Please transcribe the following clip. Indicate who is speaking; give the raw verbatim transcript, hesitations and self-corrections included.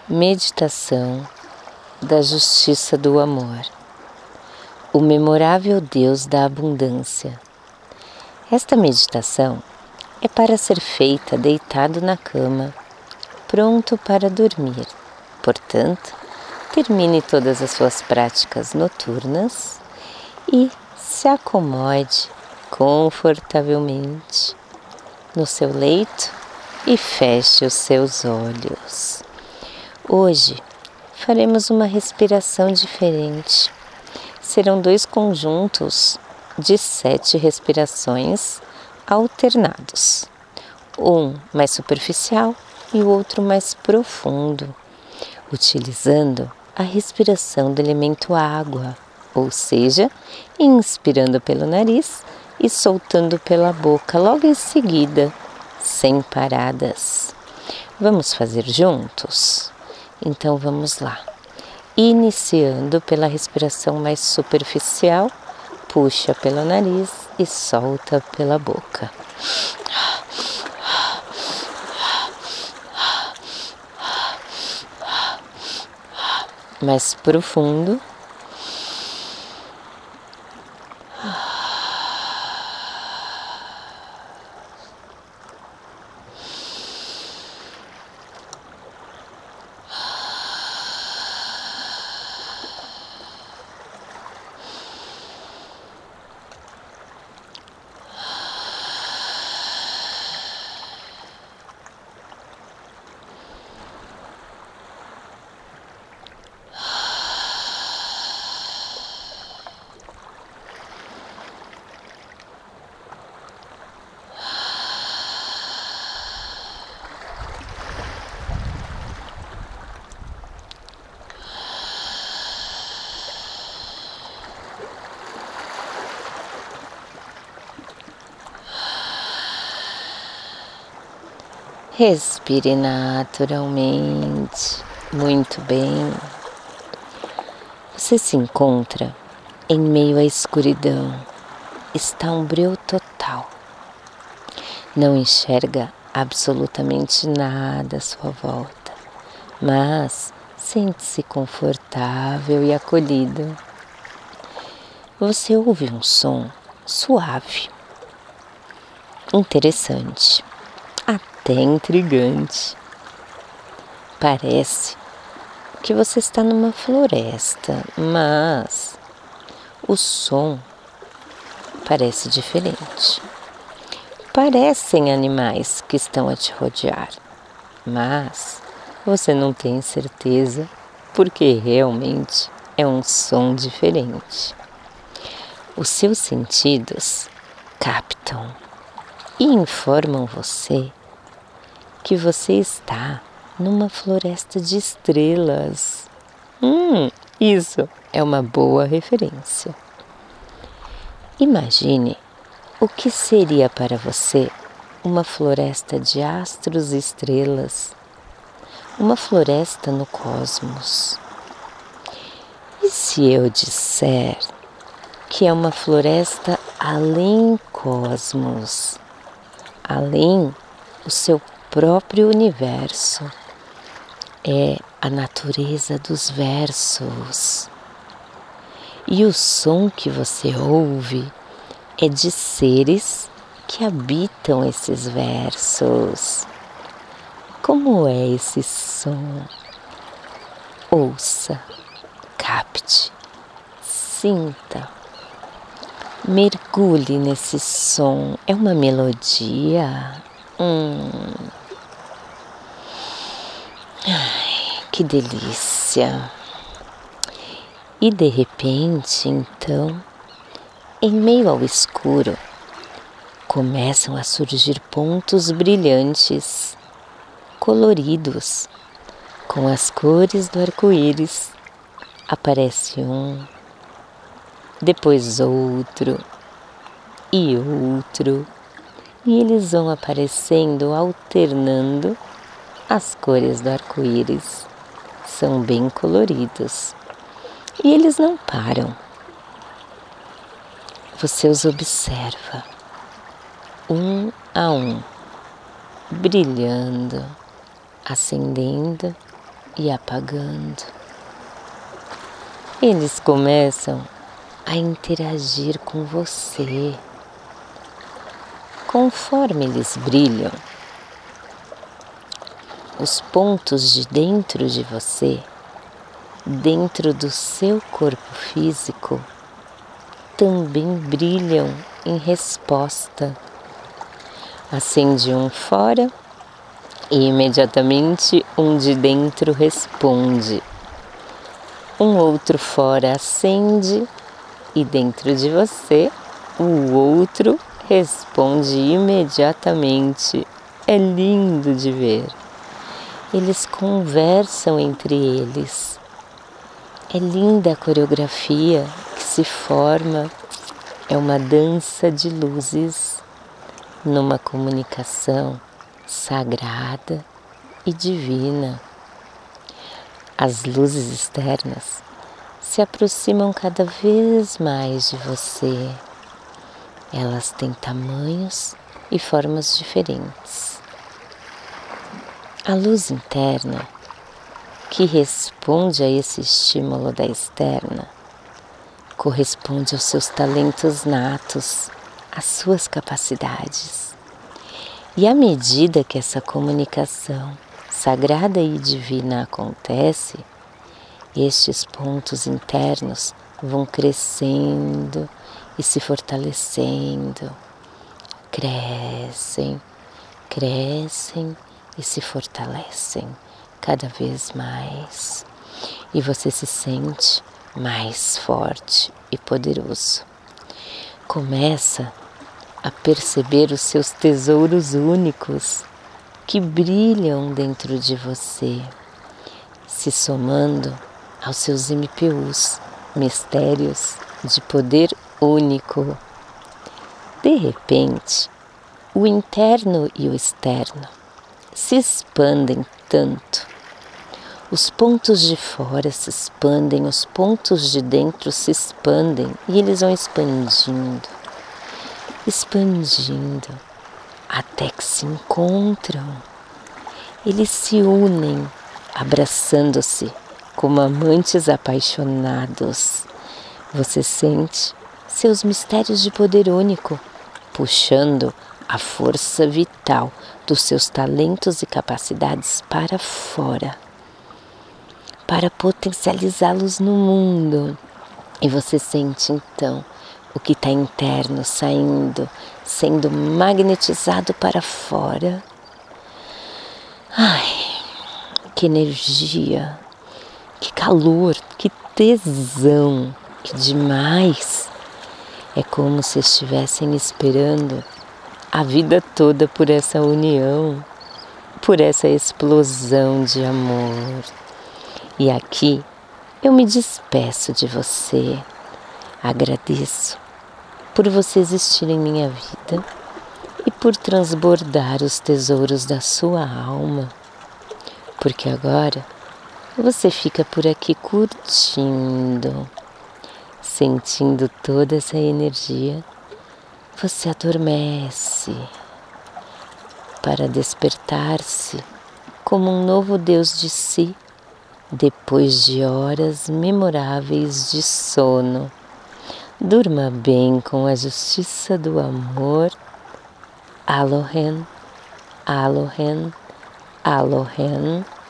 Speaker 1: Meditação da Justiça do Amor, o memorável Deus da abundância. Esta meditação é para ser feita deitado na cama, pronto para dormir. Portanto, termine todas as suas práticas noturnas e se acomode confortavelmente no seu leito e feche os seus olhos. Hoje faremos uma respiração diferente. Serão dois conjuntos de sete respirações alternados, um mais superficial e o outro mais profundo, utilizando a respiração do elemento água, ou seja, inspirando pelo nariz e soltando pela boca logo em seguida, sem paradas. Vamos fazer juntos? Então vamos lá. Iniciando pela respiração mais superficial, puxa pelo nariz e solta pela boca. Mais profundo. Respire naturalmente, muito bem. Você se encontra em meio à escuridão, está um breu total. Não enxerga absolutamente nada à sua volta, mas sente-se confortável e acolhido. Você ouve um som suave, interessante, até intrigante. Parece que você está numa floresta, mas o som parece diferente. Parecem animais que estão a te rodear, mas você não tem certeza porque realmente é um som diferente. Os seus sentidos captam e informam você que você está numa floresta de estrelas. Hum, isso é uma boa referência. Imagine o que seria para você uma floresta de astros e estrelas, uma floresta no cosmos. E se eu disser que é uma floresta além cosmos, além o seu próprio universo, é a natureza dos versos. E o som que você ouve é de seres que habitam esses versos. Como é esse som? Ouça, capte, sinta. Mergulhe nesse som. É uma melodia. Hum. Ai, que delícia. E de repente, então, em meio ao escuro, começam a surgir pontos brilhantes, coloridos, com as cores do arco-íris. Aparece um, depois outro e outro, e eles vão aparecendo alternando as cores do arco-íris. São bem coloridos e eles não param. Você os observa um a um, brilhando, acendendo e apagando. Eles começam a interagir com você. Conforme eles brilham, os pontos de dentro de você, dentro do seu corpo físico, também brilham em resposta. Acende um fora e imediatamente um de dentro responde. Um outro fora acende e dentro de você o outro responde imediatamente. É lindo de ver. Eles conversam entre eles. É linda a coreografia que se forma. É uma dança de luzes numa comunicação sagrada e divina. As luzes externas se aproximam cada vez mais de você. Elas têm tamanhos e formas diferentes. A luz interna, que responde a esse estímulo da externa, corresponde aos seus talentos natos, às suas capacidades. E à medida que essa comunicação sagrada e divina acontece, estes pontos internos vão crescendo e se fortalecendo, crescem, crescem e se fortalecem cada vez mais. E você se sente mais forte e poderoso. Começa a perceber os seus tesouros únicos que brilham dentro de você, se somando aos seus M P Us, mistérios de poder único. De repente, o interno e o externo se expandem tanto. Os pontos de fora se expandem, os pontos de dentro se expandem e eles vão expandindo, expandindo, até que se encontram. Eles se unem, abraçando-se como amantes apaixonados. Você sente seus mistérios de poder único, puxando a força vital dos seus talentos e capacidades para fora, para potencializá-los no mundo. E você sente então o que está interno saindo, sendo magnetizado para fora. Ai, que energia, que calor, que tesão, que demais. É como se estivessem esperando a vida toda por essa união, por essa explosão de amor. E aqui eu me despeço de você. Agradeço por você existir em minha vida e por transbordar os tesouros da sua alma. Porque agora você fica por aqui curtindo, sentindo toda essa energia. Você adormece para despertar-se como um novo Deus de si, depois de horas memoráveis de sono. Durma bem com a justiça do amor. Alohen, Alohen, Alohen.